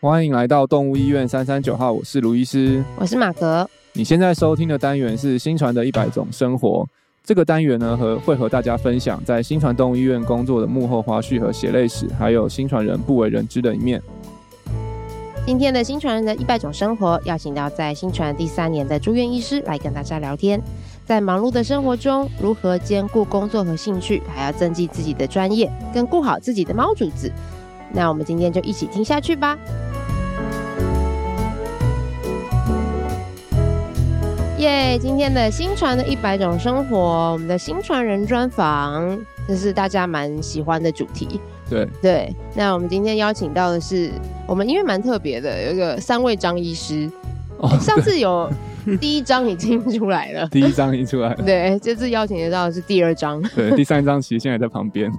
欢迎来到动物医院339号，我是卢医师， 我是马格。 你现在收听的单元是新传的100种生活。这个单元呢，会和大家分享在新传动物医院工作的幕后花絮和血泪史，还有新传人不为人知的一面。 今天的新传人的100种生活，邀请到在新传第3年的住院医师来跟大家聊天，在忙碌的生活中，如何兼顾工作和兴趣，还要增进自己的专业，跟顾好自己的猫主子。那我们今天就一起听下去吧。耶！今天的新传的100种生活，我们的新传人专访，这是大家蛮喜欢的主题。对，那我们今天邀请到的是我们因为蛮特别的，有一个3位张医师。上次有第1章已经出来了， 第1章已经出来了。 对，这次邀请得到的是第2章。 对，第3章其实现在在旁边。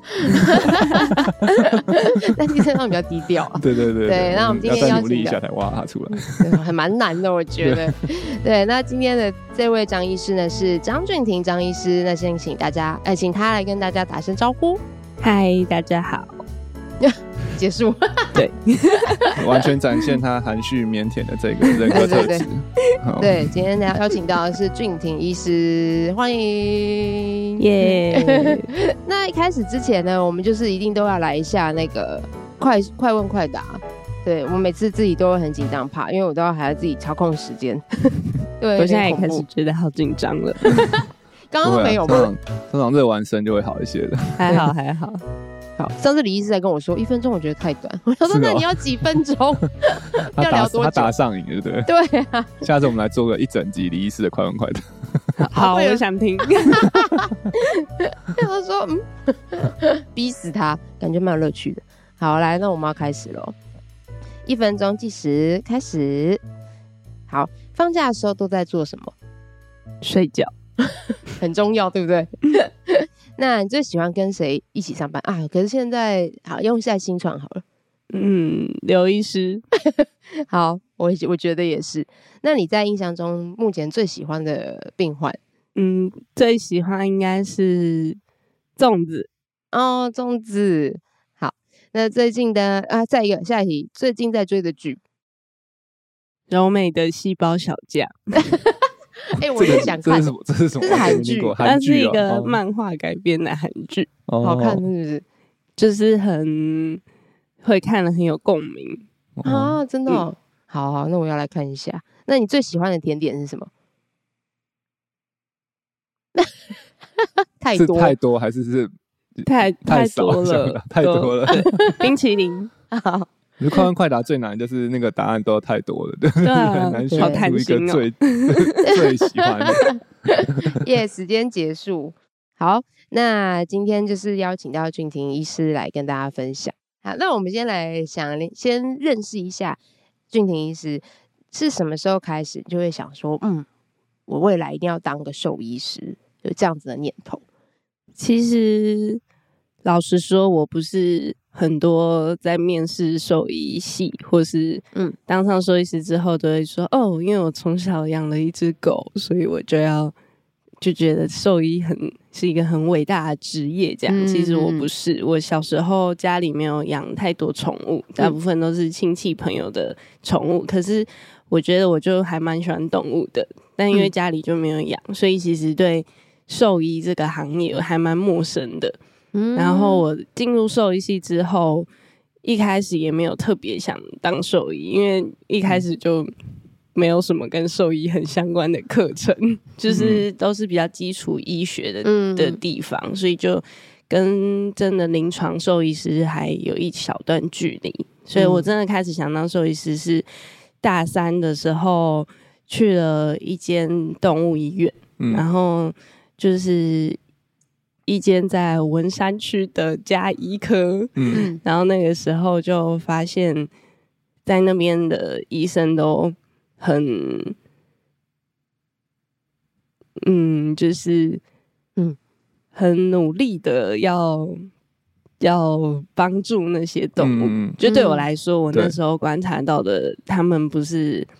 但第3章比较低调。 对， 那我们今天要再努力一下才挖它出来。 对，还蛮难的，我觉得。对，那今天的这位张医师呢是张俊廷张医师，那先请他来跟大家打声招呼。 嗨，大家好。 结束。 对， 完全展现他含蓄腼腆的这个人格特质。 对，今天邀请到的是俊廷医师，欢迎耶。 那一开始之前呢，我们就是一定都要来一下那个快问快答。对，我每次自己都会很紧张怕，因为我还要自己操控时间。对， 我现在也开始觉得好紧张了。 刚刚都没有吗？ 通常热完身就会好一些的。 还好。 好，上次李医师在跟我说1分钟，我觉得太短。我说那你要几分钟？要聊多久？ 他打上瘾，对不对？ 对啊。 下次我们来做个1整集李医师的快问快答。 好，我想听。 他说逼死他，感觉蛮有乐趣的。好，来，那我们要开始咯。1分钟计时，开始。好，放假的时候都在做什么？ 睡觉。 很重要，对不对？那你最喜欢跟谁一起上班啊？可是现在好用一下新传好了。 刘医师。 好，我觉得也是。那你在印象中目前最喜欢的病患？ 最喜欢应该是粽子。 哦，粽子。好，那最近的再一个下一题，最近在追的剧？ 柔美的细胞小将。 我也想看。 这是什么？ 这是韩剧， 它是一个漫画改编的韩剧。 好看是不是？ 就是很会看了很有共鸣啊！真的哦。好，那我要来看一下。那你最喜欢的甜点是什么？太多还是太多了？ 太多了。 冰淇淋。 好。 快问快答最难就是那个答案都太多了，对，很难选出一个最喜欢的。 时间结束。好，那今天就是邀请到俊廷医师来跟大家分享。好，那我们先认识一下俊廷医师是什么时候开始就会想说，我未来一定要当个兽医师，有这样子的念头？ 其实老实说，我不是很多在面试兽医系或是当上兽医师之后都会说因为我从小养了一只狗，所以我就觉得兽医是一个很伟大的职业这样。其实我不是，我小时候家里没有养太多宠物，大部分都是亲戚朋友的宠物，可是我觉得我就还蛮喜欢动物的，但因为家里就没有养，所以其实对兽医这个行业我还蛮陌生的。然后我进入兽医系之后，一开始也没有特别想当兽医，因为一开始就没有什么跟兽医很相关的课程，就是都是比较基础医学的地方，所以就跟真的临床兽医师还有一小段距离。所以我真的开始想当兽医师是大3的时候去了一间动物医院，然后就是一间在文山区的家医科，然后那个时候就发现在那边的医生都很就是很努力的要帮助那些动物，就对我来说，我那时候观察到的他们不是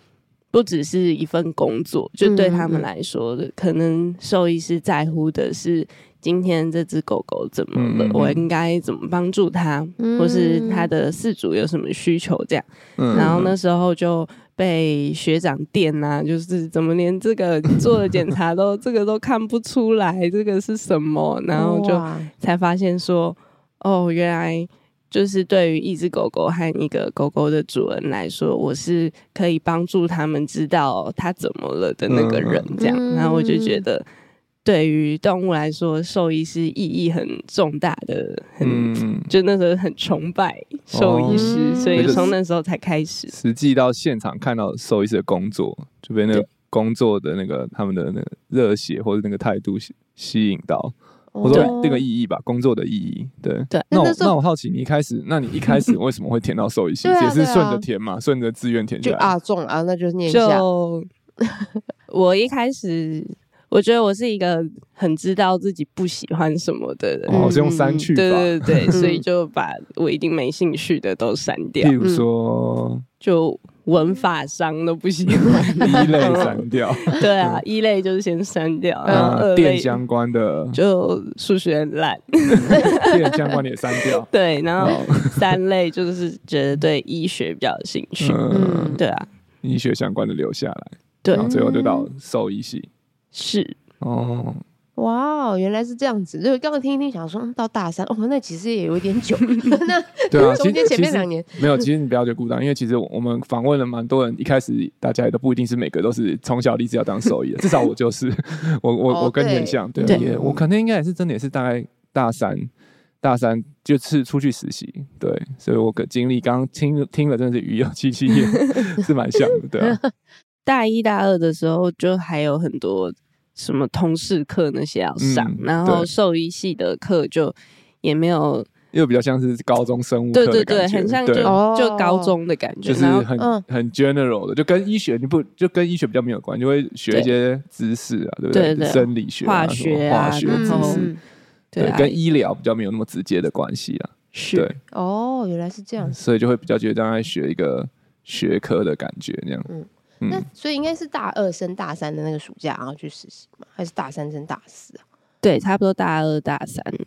不只是一份工作，就对他们来说，可能兽医师在乎的是今天这只狗狗怎么了，我应该怎么帮助它，或是它的饲主有什么需求这样。然后那时候就被学长电啊，就是怎么连这个做的检查都这个都看不出来，这个是什么？然后就才发现说，哦，原来就是对于一只狗狗和一个狗狗的主人来说，我是可以帮助他们知道它怎么了的那个人这样。然后我就觉得对于动物来说，兽医是意义很重大的，就那时候很崇拜兽医师，所以从那时候才开始实际到现场看到兽医师的工作，就被那个工作的那个他们的那个热血或者那个态度吸引到。我说那个意义吧，工作的意义。对。那我好奇，你一开始为什么会填到兽医系？也是顺着填嘛，顺着志愿填下来。 就中啊，那就念一下。 我一开始我觉得我是一个很知道自己不喜欢什么的人， 是用删去法。 对对对，所以就把我一定没兴趣的都删掉。 譬如说， 就文法商都不喜欢， 一类删掉。 对啊，一类就是先删掉，然后二类电相关的就数学很烂， 电相关的也删掉。 对，然后三类就是觉得对医学比较有兴趣，对啊， 医学相关的留下来， 对， 然后最后就到兽医系。 是哦， 哇，原来是这样子。就刚刚听一听，想说到大三，那其实也有一点久。那对啊， 中间前面2年没有。其实你不要觉得孤单，因为其实我们访问了蛮多人，一开始大家也都不一定是每个都是从小立志要当兽医的，至少我就是，我跟你很像，对，我可能应该也是真的也是大概大三就是出去实习，对，所以我经历刚刚听了真的是鱼有七叶，是蛮像的，对啊。 大1大2的时候就还有很多什么通识课那些要上，然后兽医系的课就也没有， 又比较像是高中生物课的感觉， 对，很像就高中的感觉， 就是很 general 的，就跟医学比较没有关，就会学一些知识啊，对不对？生理学、 化学知识，对，跟医疗比较没有那么直接的关系啊。 是对， 原来是这样， 所以就会比较觉得在学一个学科的感觉那样。 那所以应该是大2升大3的那个暑假，然后去实习吗？还是大3升大4啊？ 对，差不多大2大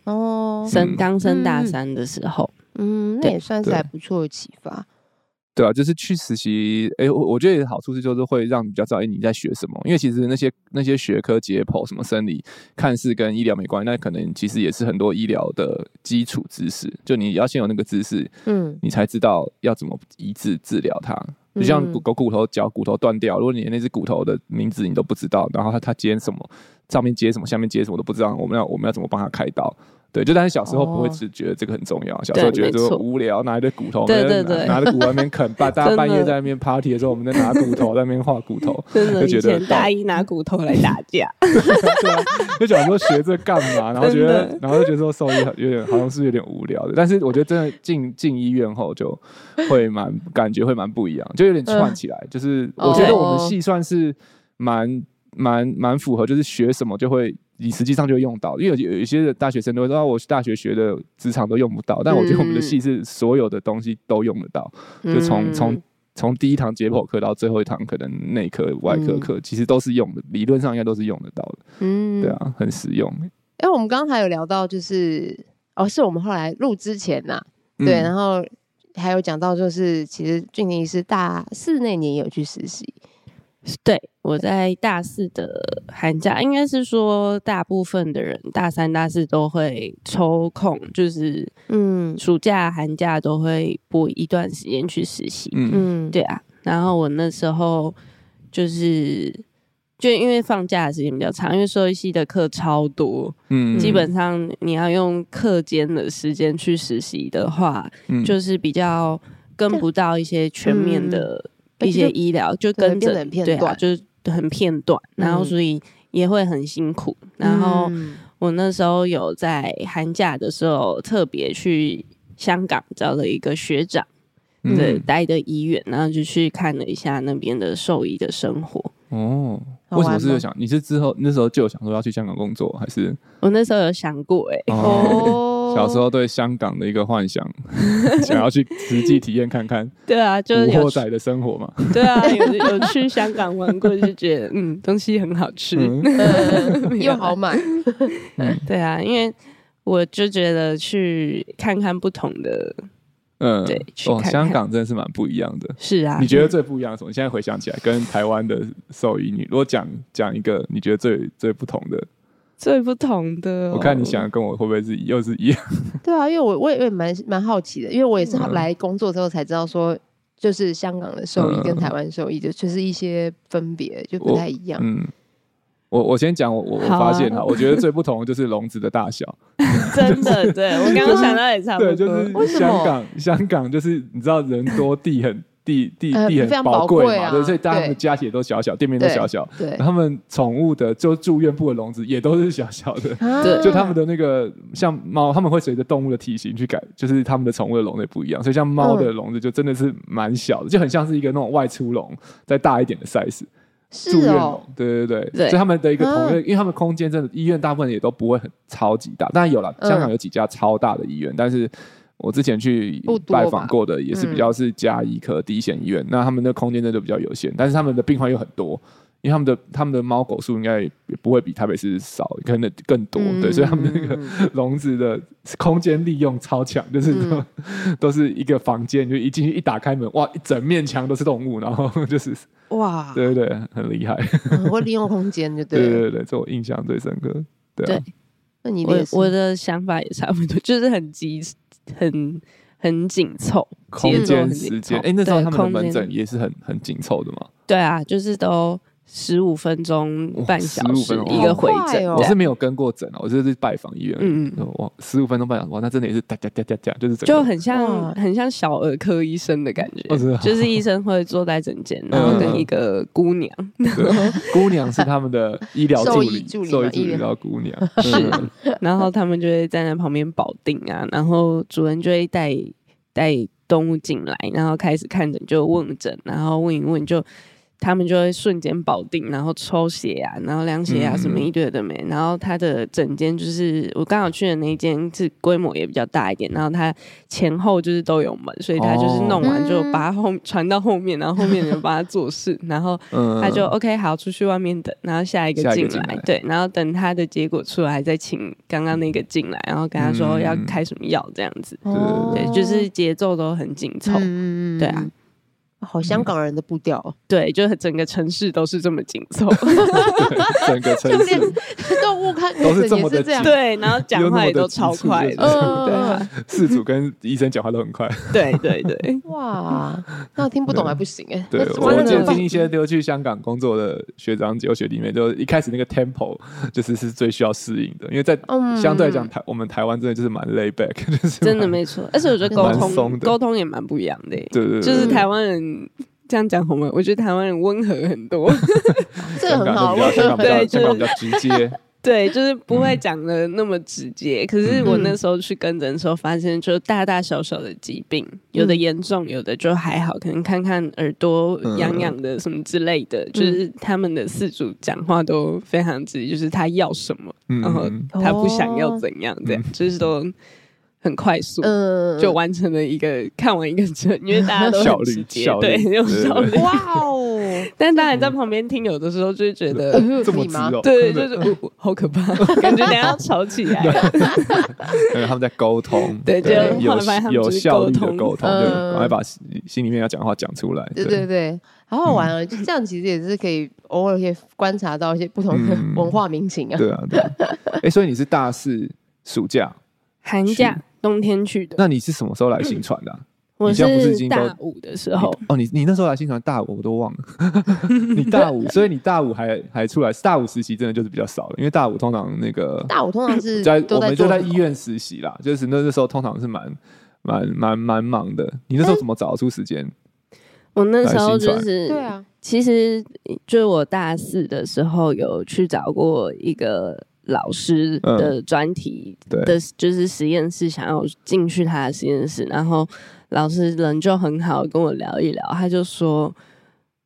3刚升大3的时候， 那也算是还不错的启发。 对啊，就是去实习，我觉得好处是就是会让你比较知道你在学什么，因为其实那些学科解剖什么生理，看似跟医疗没关系，那可能其实也是很多医疗的基础知识，就你要先有那个知识，你才知道要怎么医治治疗它。就像骨头脚骨头断掉，如果你连那只骨头的名字你都不知道，然后它接什么，上面接什么，下面接什么都不知道，我们要怎么帮它开刀？对，就但是小时候不会只觉得这个很重要，小时候觉得就无聊，拿一堆骨头， 对， 拿着骨头在那边啃，大家半夜在那边 party 的时候，我们在拿骨头在那边画骨头，就觉得以前大1拿骨头来打架， 对啊，就想说学这干嘛？然后就觉得说兽医好像是有点无聊的，但是我觉得真的进医院后就会感觉会蛮不一样，就有点串起来，就是我觉得我们系算是蛮符合，就是学什么就会。你实际上就会用到，因为有一些大学生都会说，我大学学的职场都用不到，但我觉得我们的系是所有的东西都用得到，就从第一堂解剖课到最后一堂可能内科、外科课，其实都是用的，理论上应该都是用得到的。对啊，很实用。 因为我们刚才有聊到，就是是我们后来录之前呐，对，然后还有讲到，就是其实俊廷是大4那年也有去实习。 对，我在大4的寒假，应该是说大部分的人大3大4都会抽空，就是暑假寒假都会拨一段时间去实习。对啊，然后我那时候就因为放假的时间比较长，因为兽医系的课超多，基本上你要用课间的时间去实习的话，就是比较跟不到一些全面的一些医疗，就跟着很片段， 对啊，就是很片段，然后所以也会很辛苦。然后我那时候有在寒假的时候特别去香港找了一个学长对待的医院，然后就去看了一下那边的兽医的生活。 为什么是想？你是之后那时候就有想说要去香港工作，还是？ 我那时候有想过小时候对香港的一个幻想，想要去实际体验看看。 对啊，就是古惑仔的生活嘛。 对啊，有去香港玩过，就觉得东西很好吃， 又好买。 对啊，因为我就觉得去看看不同的。对， 香港真的是蛮不一样的。 是啊， 你觉得最不一样的什么？你现在回想起来，跟台湾的兽医，你如果讲一个你觉得最不同的， 最不同的， 我看你想跟我会不会又是一样？ 对啊，因为我也蛮好奇的，因为我也是来工作之后才知道说，就是香港的兽医跟台湾兽医就是一些分别就不太一样。 我先讲我发现我觉得最不同的就是笼子的大小。 真的，对我刚刚想到也差不多。 对，就是香港就是你知道人多地很宝贵嘛，对，所以大家的家也都小小，店面都小小。对，他们宠物的就住院部的笼子也都是小小的。对，就他们的那个像猫，他们会随着动物的体型去改，就是他们的宠物的笼子也不一样。所以像猫的笼子就真的是蛮小的，就很像是一个那种外出笼再大一点的 size。住院笼，对，所以他们的一个因为他们空间真的医院大部分也都不会很超级大，当然有啦，香港有几家超大的医院，但是我之前去拜访过的也是比较是家医科第一线医院，那他们的空间真的就比较有限，但是他们的病患又很多，因为他们的猫狗数应该也不会比台北市少，可能更多，对，所以他们那个笼子的空间利用超强，就是都是一个房间，就一进去一打开门，哇，一整面墙都是动物，然后就是哇，对，很厉害， 会利用空间就对， 对，这我印象最深刻。对， 那你我的想法也差不多，就是很紧凑， 空间时间。那时候他们的门诊也是很紧凑的嘛。 对啊，就是都15分钟、半小时一个回诊。 我是没有跟过诊我就是拜访医院。哇，15分钟半小时，哇，那真的也是哒，就是就很像小儿科医生的感觉，就是医生会坐在诊间，然后跟一个姑娘， 姑娘是他们的医疗助理，兽医助理到姑娘是，然后他们就会站在旁边保定啊，然后主人就会带动物进来，然后开始看诊就问诊，然后问一问就。他们就会瞬间保定，然后抽血啊，然后量血压什么一堆的没。然后他的诊间就是我刚好去的那一间，是规模也比较大一点。然后他前后就是都有门，所以他就是弄完就把它传到后面，然后后面人帮他做事，然后他就 OK 好出去外面等，然后下一个进来，对，然后等他的结果出来，再请刚刚那个进来，然后跟他说要开什么药这样子。对，就是节奏都很紧凑，对啊。 好香港人的步调， 对，就整个城市都是这么紧凑， 整个城市动物看都是这么的紧， 对，然后讲话也都超快的，对， 饲主跟医生讲话都很快， 对， 哇，那我听不懂还不行哎。 对，我记得听一些丢去香港工作的学长姐或学弟妹，就一开始那个 tempo 就是最需要适应的，因为在相对来讲我们台湾真的就是蛮 lay back，就是真的没错，而且我觉得沟通也蛮不一样的， 对， 就是台湾人。这样讲好吗？我觉得台湾人温和很多， 这很好。 香港比较直接， 对，就是不会讲的那么直接。可是我那时候去跟诊的时候，发现就大大小小的疾病，有的严重，有的就还好，可能看看耳朵痒痒的什么之类的，就是他们的饲主讲话都非常直接，就是他要什么，然后他不想要怎样，这样就是都。很快速，就完成了看完一个诊，因为大家都很直接，对，用效率， 哇哦！ 但当然在旁边听，有的时候就会觉得这么直哦， 对，就是好可怕，感觉等下要吵起来了。 他们在沟通， 对，就有效率的沟通，对，赶快把心里面要讲的话讲出来。 对，好好玩啊！就这样，其实也是可以偶尔可以观察到一些不同的文化民情啊。 对啊，所以你是大4暑假、 寒假。冬天去的， 那你是什么时候来新传的我是大5的时候。 你那时候来新传大5我都忘了。你大5，所以你大5还出来，大5实习真的就是比较少了，因为大5通常是我们就在医院实习啦，就是那时候通常是蛮忙的。你那时候怎么找出时间？ 我那时候就是对啊， 其实就是我大4的时候有去找过一个。老师的专题的就是实验室，想要进去他的实验室，然后老师人就很好，跟我聊一聊，他就说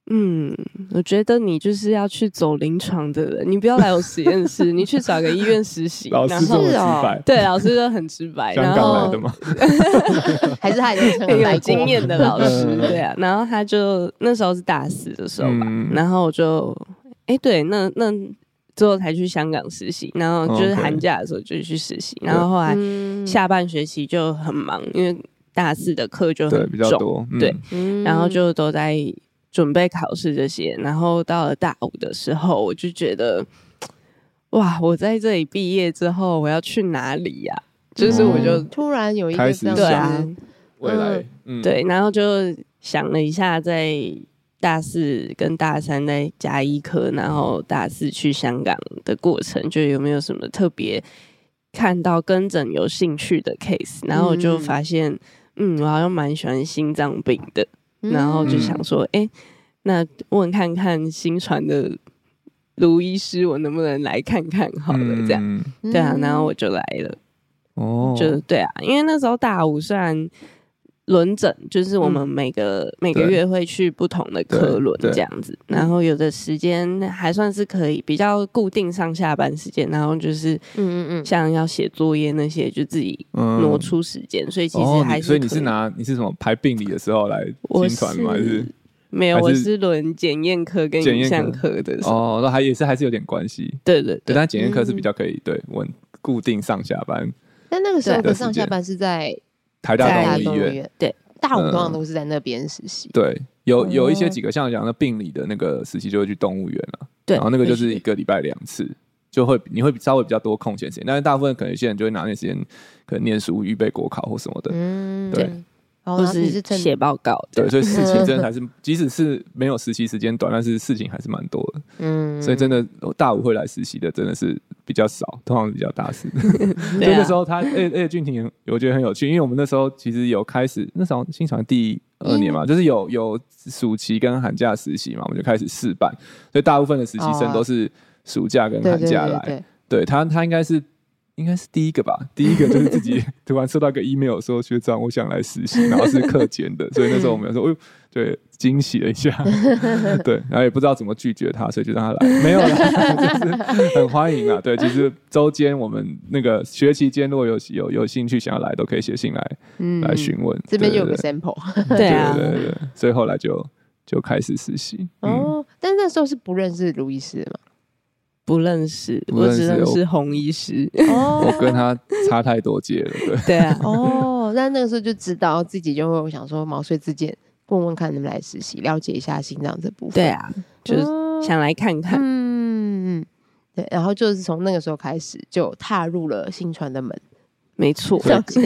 我觉得你就是要去走临床的人，你不要来我实验室，你去找个医院实习。 老师这么直白， 对，老师都很直白。 香港来的吗？ 还是他已经很有经验的老师？对啊，然后他就那时候是大4的时候吧，然后我就对，那之后才去香港实习，然后就是寒假的时候就去实习，然后后来下半学期就很忙，因为大4的课就很重， 比较多， 对，然后就都在准备考试这些，然后到了大5的时候，我就觉得，哇，我在这里毕业之后，我要去哪里呀？就是我就突然有一个开始想未来， 对，然后就想了一下，在大4跟大3在加医科，然后大4去香港的过程，就有没有什么特别看到跟诊有兴趣的 case， 然后我就发现，我好像蛮喜欢心脏病的。然后就想说，那问看看新传的卢医师，我能不能来看看好了？这样，对啊，然后我就来了。就对啊，因为那时候大5虽然轮诊，就是我们每个月会去不同的科轮这样子，然后有的时间还算是可以比较固定上下班时间，然后就是像要写作业那些就自己挪出时间，所以其实还是所以你是什么排病理的时候来新传吗？还是没有？我是轮检验科跟影像科的时候， 那还是有点关系。 对， 但检验科是比较可以固定上下班。 但那个时候的上下班是在台大动物医院， 对， 大5通常都是在那边实习。 对，有一些几个像讲的病理的那个实习就会去动物园了， 对， 然后那个就是1个礼拜2次，你会稍微比较多空闲时间，但是大部分可能有些人就会拿那时间可能念书、预备国考或什么的，对。 或是写报告， 对，所以事情真的还是，即使是没有实习时间短，但是事情还是蛮多的。所以真的大5会来实习的真的是比较少，通常比较大4的。所以那时候俊廷我觉得很有趣，因为我们那时候其实有开始，那时候新传第2年嘛，就是有暑期跟寒假实习嘛，我们就开始试办，所以大部分的实习生都是暑假跟寒假来。对，他应该是第一个吧，第一个就是自己突然收到一个 email 说学长我想来实习，然后是课间的，所以那时候我们说对，惊喜了一下，对，然后也不知道怎么拒绝他，所以就让他来，没有啦，就是很欢迎啦。对，其实周间我们那个学期间如果有兴趣想要来，都可以写信来询问。 这边有个 sample， 对啊， 对，所以后来就开始实习。 但是那时候是不认识卢医师吗？ 不认识，我只认识洪医师。 我跟他差太多届了， 对啊。 但那个时候就知道自己就会想说毛遂自荐，问问看能不能来实习，了解一下心脏这部分。 对啊，就是想来看看。 对，然后就是从那个时候开始就踏入了新传的门。 没错，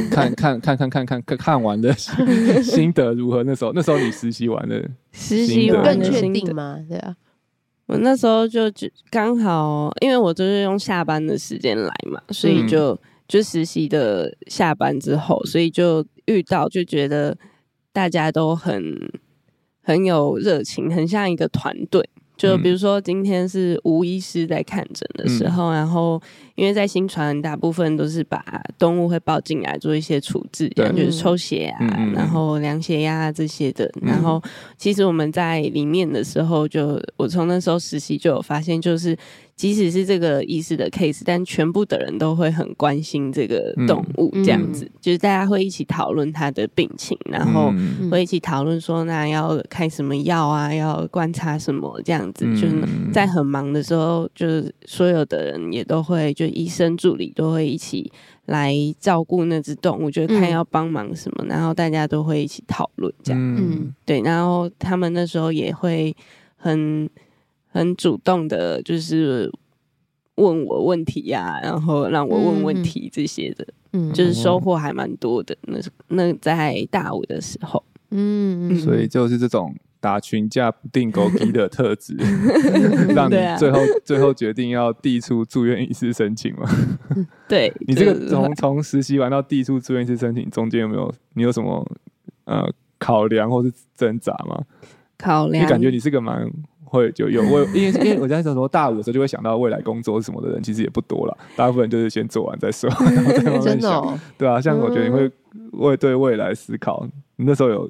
看完的心得如何？那时候你实习完的更确定吗？对啊。 我那时候就刚好，因为我就是用下班的时间来嘛，所以就实习的下班之后，所以就遇到，就觉得大家都很有热情，很像一个团队。就比如说今天是吴医师在看诊的时候，然后因为在新传大部分都是把动物会抱进来做一些处置，就是抽血啊，然后量血压这些的。然后其实我们在里面的时候，我从那时候实习就有发现，就是即使是这个医师的 case， 但全部的人都会很关心这个动物，这样子，就是大家会一起讨论它的病情，然后会一起讨论说，那要开什么药啊，要观察什么这样子。就是在很忙的时候，就是所有的人也都会，就医生助理都会一起来照顾那只动物，就看要帮忙什么，然后大家都会一起讨论这样。对，然后他们那时候也会很主动的，就是问我问题呀，然后让我问问题这些的，就是收获还蛮多的。那在大5的时候， 所以就是这种打群架不定勾机的特质，让你最后决定要递出住院医师申请吗？ 对， 你这个从实习完到递出住院医师申请，中间你有什么考量或是挣扎吗？ 考量， 你感觉你是个蛮会因为我在说大5的时候就会想到未来工作什么的人其实也不多了，大部分人就是先做完再说，然后再慢慢想。真的对啊，像我觉得你会对未来思考，你那时候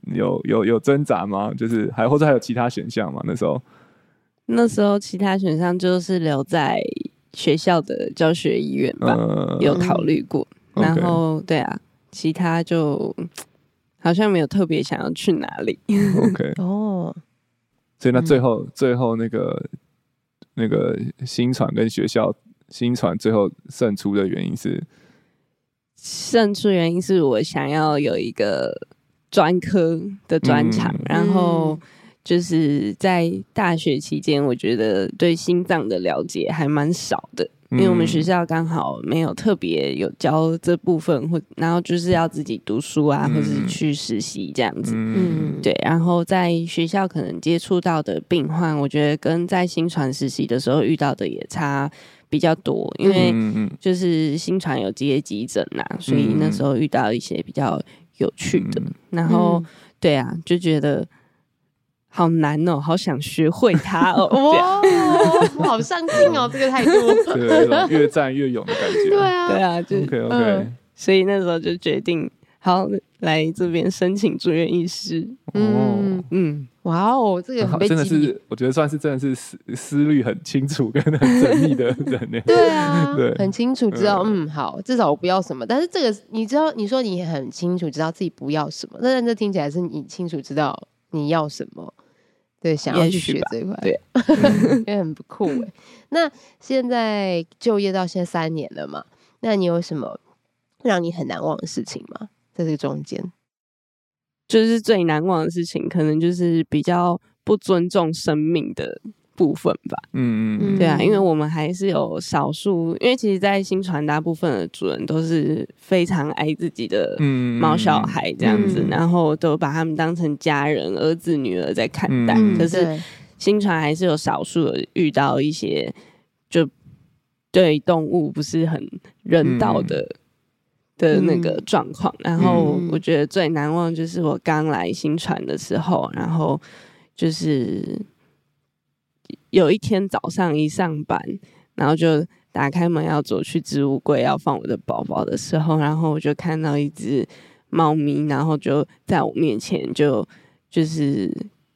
有挣扎吗？就是或者还有其他选项吗？ 那时候其他选项就是留在学校的教学医院吧，有考虑过。然后对啊，其他就好像没有特别想要去哪里。 OK 哦，所以那最后那个新传跟学校新传最后胜出的原因是？ 胜出原因是我想要有一个专科的专长，然后就是在大学期间，我觉得对心脏的了解还蛮少的，因为我们学校刚好没有特别有教这部分，然后就是要自己读书啊，或是去实习这样子。对，然后在学校可能接触到的病患，我觉得跟在新传实习的时候遇到的也差比较多，因为就是新传有接急诊啊，所以那时候遇到一些比较有趣的，然后对啊，就觉得好难哦，好想学会它哦。 哇，好上进哦，这个态度， 对，越战越勇的感觉。 对啊，就 OK， 所以那时候就决定好来这边申请住院医师。 哇哦，这个很被真的是，我觉得算是真的是思虑很清楚跟很缜密的人呢。 对啊，对，很清楚知道，好，至少我不要什么。但是这个你知道，你说你很清楚知道自己不要什么，那这听起来是你清楚知道你要什么。对，想要去学这一块， 对， 也很不酷哎。那现在就业到现在3年了嘛？那你有什么让你很难忘的事情吗？在这个中间， 就是最难忘的事情，可能就是比较不尊重生命的部分吧。对啊，因为我们还是有少数，因为其实在新传大部分的主人都是非常爱自己的毛小孩这样子，然后都把他们当成家人、儿子、女儿在看待。可是新传还是有少数遇到一些就对动物不是很人道的那个状况。然后我觉得最难忘就是我刚来新传的时候，然后就是有一天早上一上班，然后就打开门要走去置物柜要放我的宝宝的时候，然后我就看到一只猫咪，然后就在我面前就是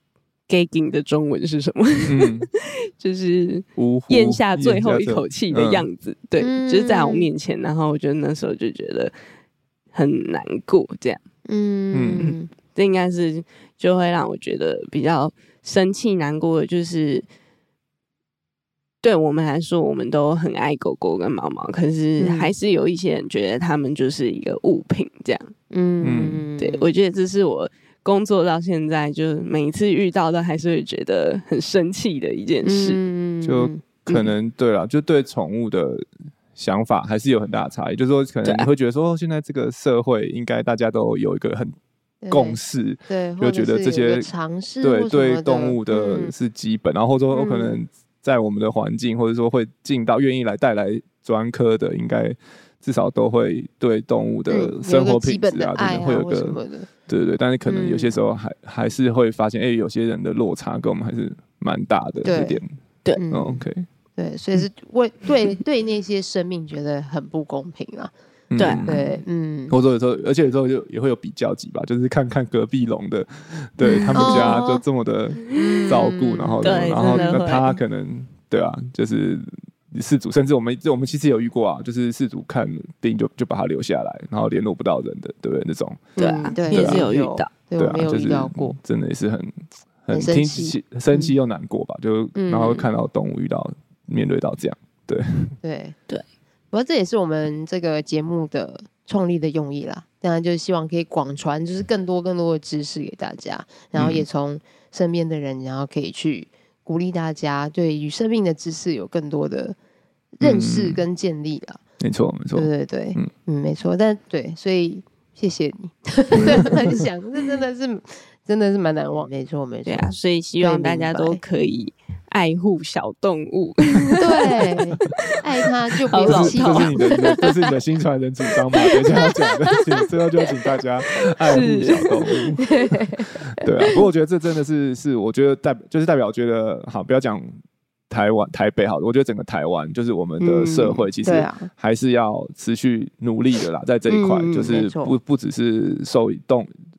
gagging 的中文是什么？就是咽下最后一口气的样子。对，就是在我面前，然后我就那时候就觉得很难过，这样。这应该是就会让我觉得比较生气难过的，就是对我们来说我们都很爱狗狗跟猫猫，可是还是有一些人觉得他们就是一个物品这样。对，我觉得这是我工作到现在就每一次遇到都还是会觉得很生气的一件事。 就可能对啦，就对宠物的想法还是有很大的差异，就是说可能你会觉得说现在这个社会应该大家都有一个很共识， 对， 就觉得这些尝试对动物的是基本，然后或者说可能在我们的环境，或者说会进到愿意来带来专科的，应该至少都会对动物的生活品质啊，真的会有个对，但是可能有些时候还是会发现，有些人的落差跟我们还是蛮大的这点。 对 ，OK， 对，所以是对那些生命觉得很不公平啊。对， 或者有时候，而且有时候就也会有比较级吧，就是看隔壁笼的，对他们家就这么的照顾，然后那他可能对啊，就是饲主，甚至我们其实有遇过啊，就是饲主看病就把他留下来，然后联络不到人的，对不对？那种对，也是有遇到， 对啊，就是真的也是很生气又难过吧，就然后看到动物面对到这样， 对。不过这也是我们这个节目的创立的用意啦，当然就是希望可以广传，就是更多的知识给大家，然后也从身边的人，然后可以去鼓励大家对于生命的知识有更多的认识跟建立啦。 没错， 对，没错。但对，所以谢谢你分享，这真的是蛮难忘。没错，对啊，所以希望大家都可以爱护小动物， 对，爱它就不要气它。 这是你的新传人主张嘛？等一下要讲的，最后就请大家爱护小动物。对啊，不过我觉得这真的是我觉得代表，我觉得好，不要讲台北好了，我觉得整个台湾就是我们的社会，其实还是要持续努力的啦，在这一块，就是不只是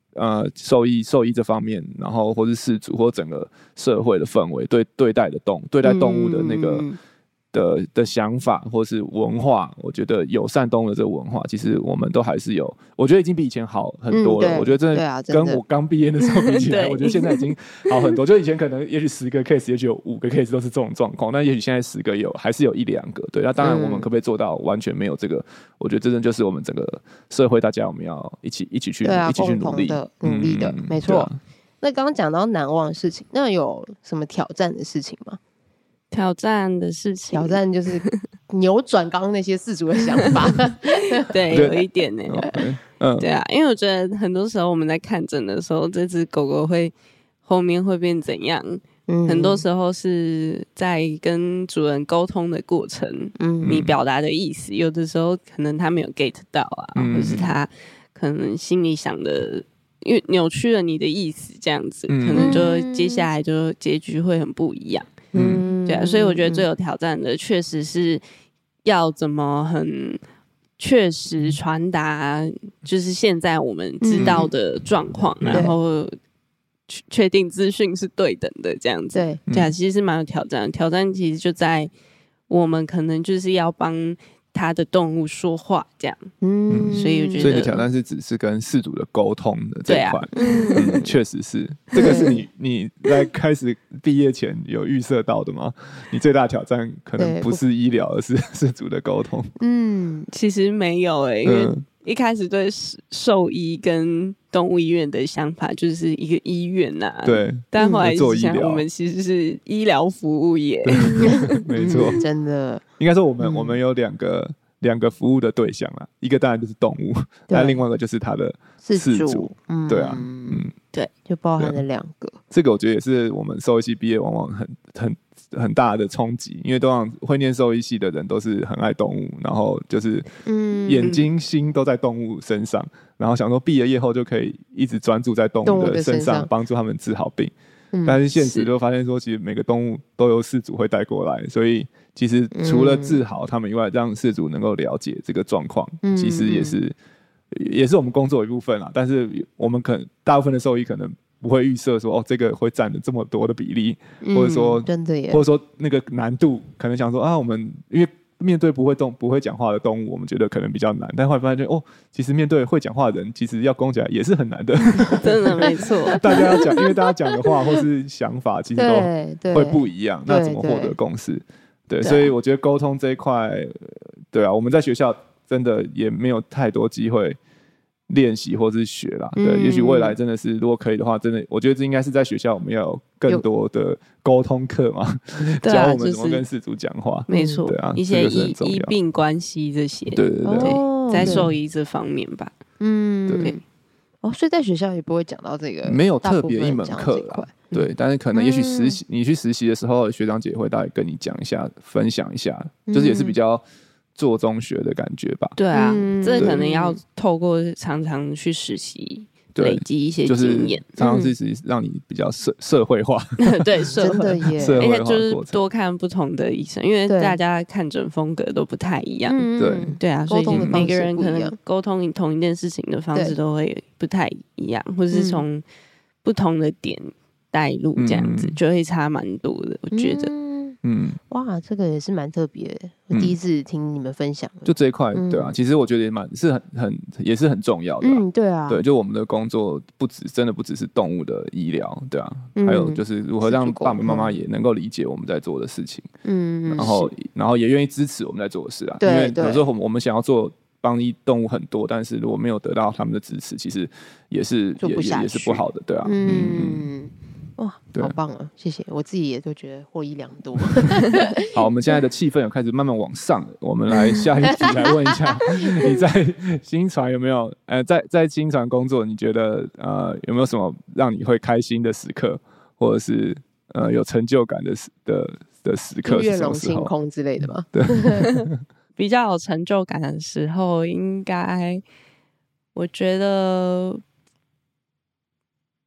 兽医这方面，然后或是饲主或整个社会的氛围对待动物的那个的想法或是文化，我觉得友善动物的这个文化，其实我们都还是有，我觉得已经比以前好很多了。我觉得真的跟我刚毕业的时候比起来，我觉得现在已经好很多。就以前可能也许10个 case， 也许有5个 case 都是这种状况，但也许现在10个还是有1-2个。对，那当然我们可不可以做到完全没有这个？我觉得真的就是我们整个社会大家我们要一起去努力的， 没错。那刚刚讲到难忘的事情，那有什么挑战的事情吗？ 挑战的事情， 挑战就是扭转刚刚那些饲主的想法。 对，有一点呢。对啊，因为我觉得很多时候我们在看诊的时候，这只狗狗后面会变怎样？很多时候是在跟主人沟通的过程，你表达的意思，有的时候可能他没有 get 到啊，或是他可能心里想的，因为扭曲了你的意思，这样子，可能就接下来就结局会很不一样。对啊，所以我觉得最有挑战的确实是要怎么很确实传达，就是现在我们知道的状况，然后确定资讯是对等的这样子。对啊，其实是蛮有挑战的。挑战其实就在我们可能就是要帮他的动物说话这样。所以我觉得， 所以你的挑战是只是跟饲主的沟通的这一块。确实是，这个是你在开始毕业前有预设到的吗？你最大的挑战可能不是医疗，而是饲主的沟通。 其实没有因为一开始对兽医跟动物医院的想法就是一个医院啊， 对， 但后来想我们其实是医疗服务业。 没错， 真的应该说我们有两个服务的对象啦，一个当然就是动物，但另外一个就是他的饲主。对啊， 对，就包含了2个。 这个我觉得也是我们兽医系毕业往往很大的冲击，因为通常会念兽医系的人都是很爱动物，然后就是眼睛心都在动物身上，然后想说毕了业后就可以一直专注在动物的身上，帮助他们治好病。但是现实就发现说，其实每个动物都由饲主会带过来，所以其实除了治好他们以外，让饲主能够了解这个状况，其实也是我们工作的一部分啦。但是我们可能大部分的兽医可能不会预设说，这个会占了这么多的比例，或者说真的耶， 或者说那个难度，可能想说我们因为面对不会讲话的动物，我们觉得可能比较难，但后来发现其实面对会讲话的人，其实要攻起来也是很难的。 真的没错， 大家要讲，因为大家讲的话或是想法，其实都会不一样。那怎么获得共识？对，所以我觉得沟通这一块，对啊，我们在学校真的也没有太多机会练习或是学啦。对，也许未来真的是如果可以的话，真的我觉得这应该是在学校我们要有更多的沟通课嘛，教我们怎么跟饲主讲话。 没错， 对啊， 一些医病关系这些， 对， 在兽医这方面吧。 对。 所以在学校也不会讲到这个， 没有特别一门课啦。对，但是可能也许你去实习的时候，学长姐会大概跟你讲一下，分享一下，就是也是比较做中学的感觉吧。 对啊，这可能要透过常常去实习，累积一些经验， 常常是让你比较社会化。 对，社会耶， 而且就是多看不同的医生，因为大家看诊风格都不太一样。对啊，所以每个人可能沟通同一件事情的方式都会不太一样，或者是从不同的点带入，这样子就会差蛮多的，我觉得。 哇，这个也是蛮特别的，我第一次听你们分享。 就这一块，对啊，其实我觉得也是很重要的。 对啊， 对，就我们的工作真的不只是动物的医疗，对啊，还有就是如何让爸爸妈妈也能够理解我们在做的事情，然后也愿意支持我们在做的事啊。因为有时候我们想要做帮动物很多，但是如果没有得到他们的支持，其实也是不好的，对啊。 哇，好棒啊！谢谢，我自己也都觉得获益良多。 好，我们现在的气氛有开始慢慢往上了，我们来下一题来问一下，你在新传有没有在新传工作？你觉得有没有什么让你会开心的时刻，或者是有成就感的时刻？ 月龙星空之类的吗？ 对， 比较有成就感的时候，应该我觉得。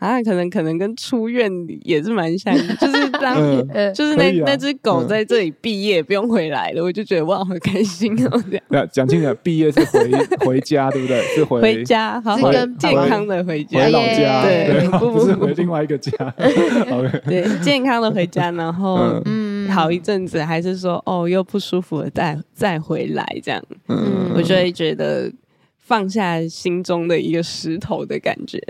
可能跟出院也是蛮像的，就是就是那只狗在这里毕业不用回来了，我就觉得哇好开心哦这样。 讲清楚，毕业是回家对不对？是回家，好好健康的回家， 回老家， 对， 不是回另外一个家。 对，健康的回家，然后好一阵子还是说又不舒服了再回来这样，我就会觉得放下心中的一个石头的感觉。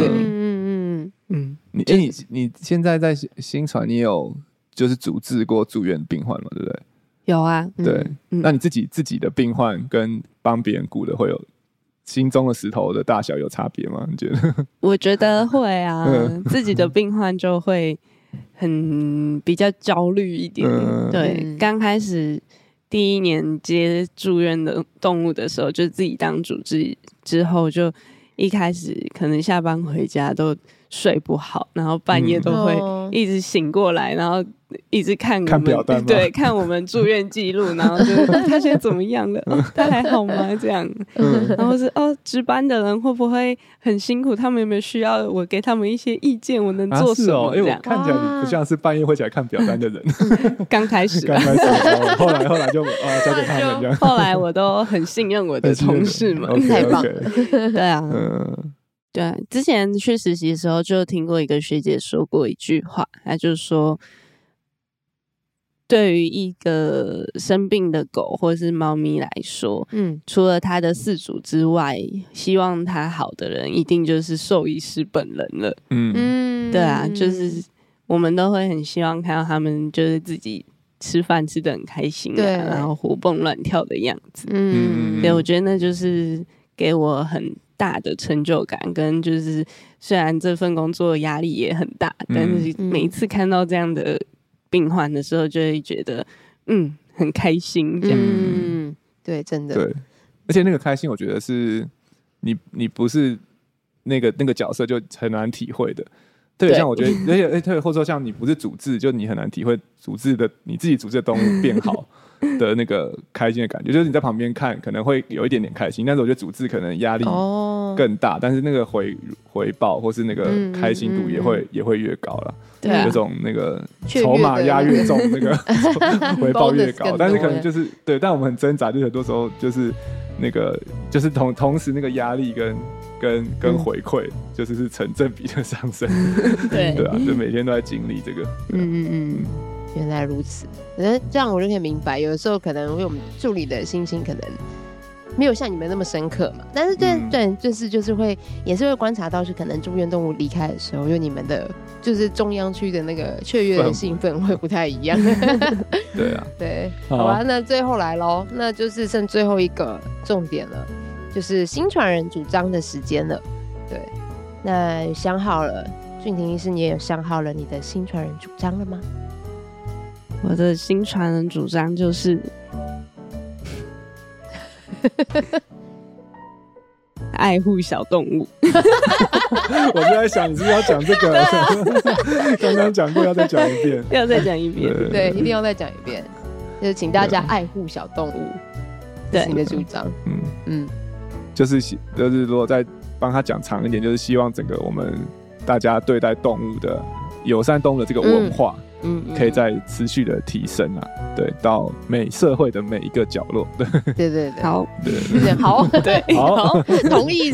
你现在在新传，你有就是主治过住院病患吗？对不对？ 有啊， 对。那你自己的病患跟帮别人顾的会有心中的石头的大小有差别吗？你觉得？我觉得会啊，自己的病患就会比较焦虑一点。对，刚开始第一年接住院的动物的时候，就自己当主治之后，就一开始可能下班回家都睡不好，然后半夜都会一直醒过来，然后一直看表单吗？ 对，看我们住院记录，然后就他现在怎么样了？他还好吗？这样，然后是值班的人会不会很辛苦？他们有没有需要我给他们一些意见？我能做什么？这样， 我看起来你不像是半夜会起来看表单的人。 刚开始， 后来就交给他们这样。 后来我都很信任我的同事们， 太棒了。 对啊，对，之前去实习的时候就听过一个学姐说过一句话，她就说，对于一个生病的狗或者是猫咪来说，除了它的饲主之外，希望它好的人一定就是兽医师本人了。对啊，就是我们都会很希望看到他们就是自己吃饭吃得很开心啊，然后活蹦乱跳的样子。对，我觉得那就是给我很大的成就感，跟就是虽然这份工作压力也很大，但是每一次看到这样的病患的时候，就会觉得很开心这样。 对，真的。 对，而且那个开心，我觉得是你不是那个角色就很难体会的。特别像我觉得，而且或者说像你不是主治，就你很难体会你自己主治的动物变好的那个开心的感觉。就是你在旁边看可能会有一点点开心，但是我觉得主治可能压力更大，但是那个回报或是那个开心度也会越高啦。有种那个筹码压越重，那个回报越高。但是可能就是对，但我们很挣扎，就很多时候就是那个就是同时那个压力跟回馈就是成正比的上升。对啊，就每天都在经历这个。 原来如此。可能这样我就可以明白，有的时候可能因为我们助理的心情可能没有像你们那么深刻嘛，但是对，就是会也是会观察到，是可能住院动物离开的时候，因为你们的就是中央区的那个雀跃的兴奋会不太一样。 对啊， 对，好吧，那最后来咯，那就是剩最后一个重点了，就是新传人主张的时间了。对，那想好了，俊廷医师，你也有想好了你的新传人主张了吗？ 我的新传人主张就是爱护小动物。 我就在想，你是不是要讲这个？刚刚讲过，要再讲一遍。 要再讲一遍。 对，一定要再讲一遍。就是请大家爱护小动物，这是你的主张。 就是如果再帮他讲长一点，就是希望整个我们大家对待动物的友善动物的这个文化。可以再持续的提升啊，对，到社会的每一个角落， 对， 好， 对，好，对，好，同意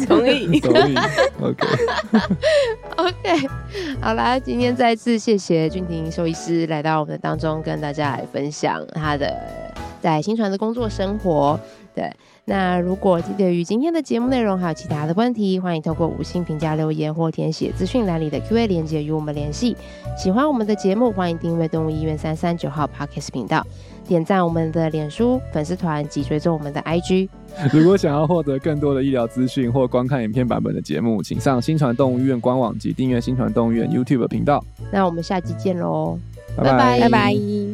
，OK， 好啦，今天再次谢谢俊廷兽医师来到我们的当中，跟大家来分享他的在新传的工作生活。对，那如果对于今天的节目内容还有其他的问题，欢迎透过5星评价留言或填写资讯栏里的 Q&A 连结与我们联系。喜欢我们的节目，欢迎订阅动物医院339号 Podcast 频道，点赞我们的脸书粉丝团及追踪我们的 IG。 如果想要获得更多的医疗资讯或观看影片版本的节目，请上新传动物医院官网及订阅新传动物医院 YouTube 频道。 那我们下集见咯， 拜拜。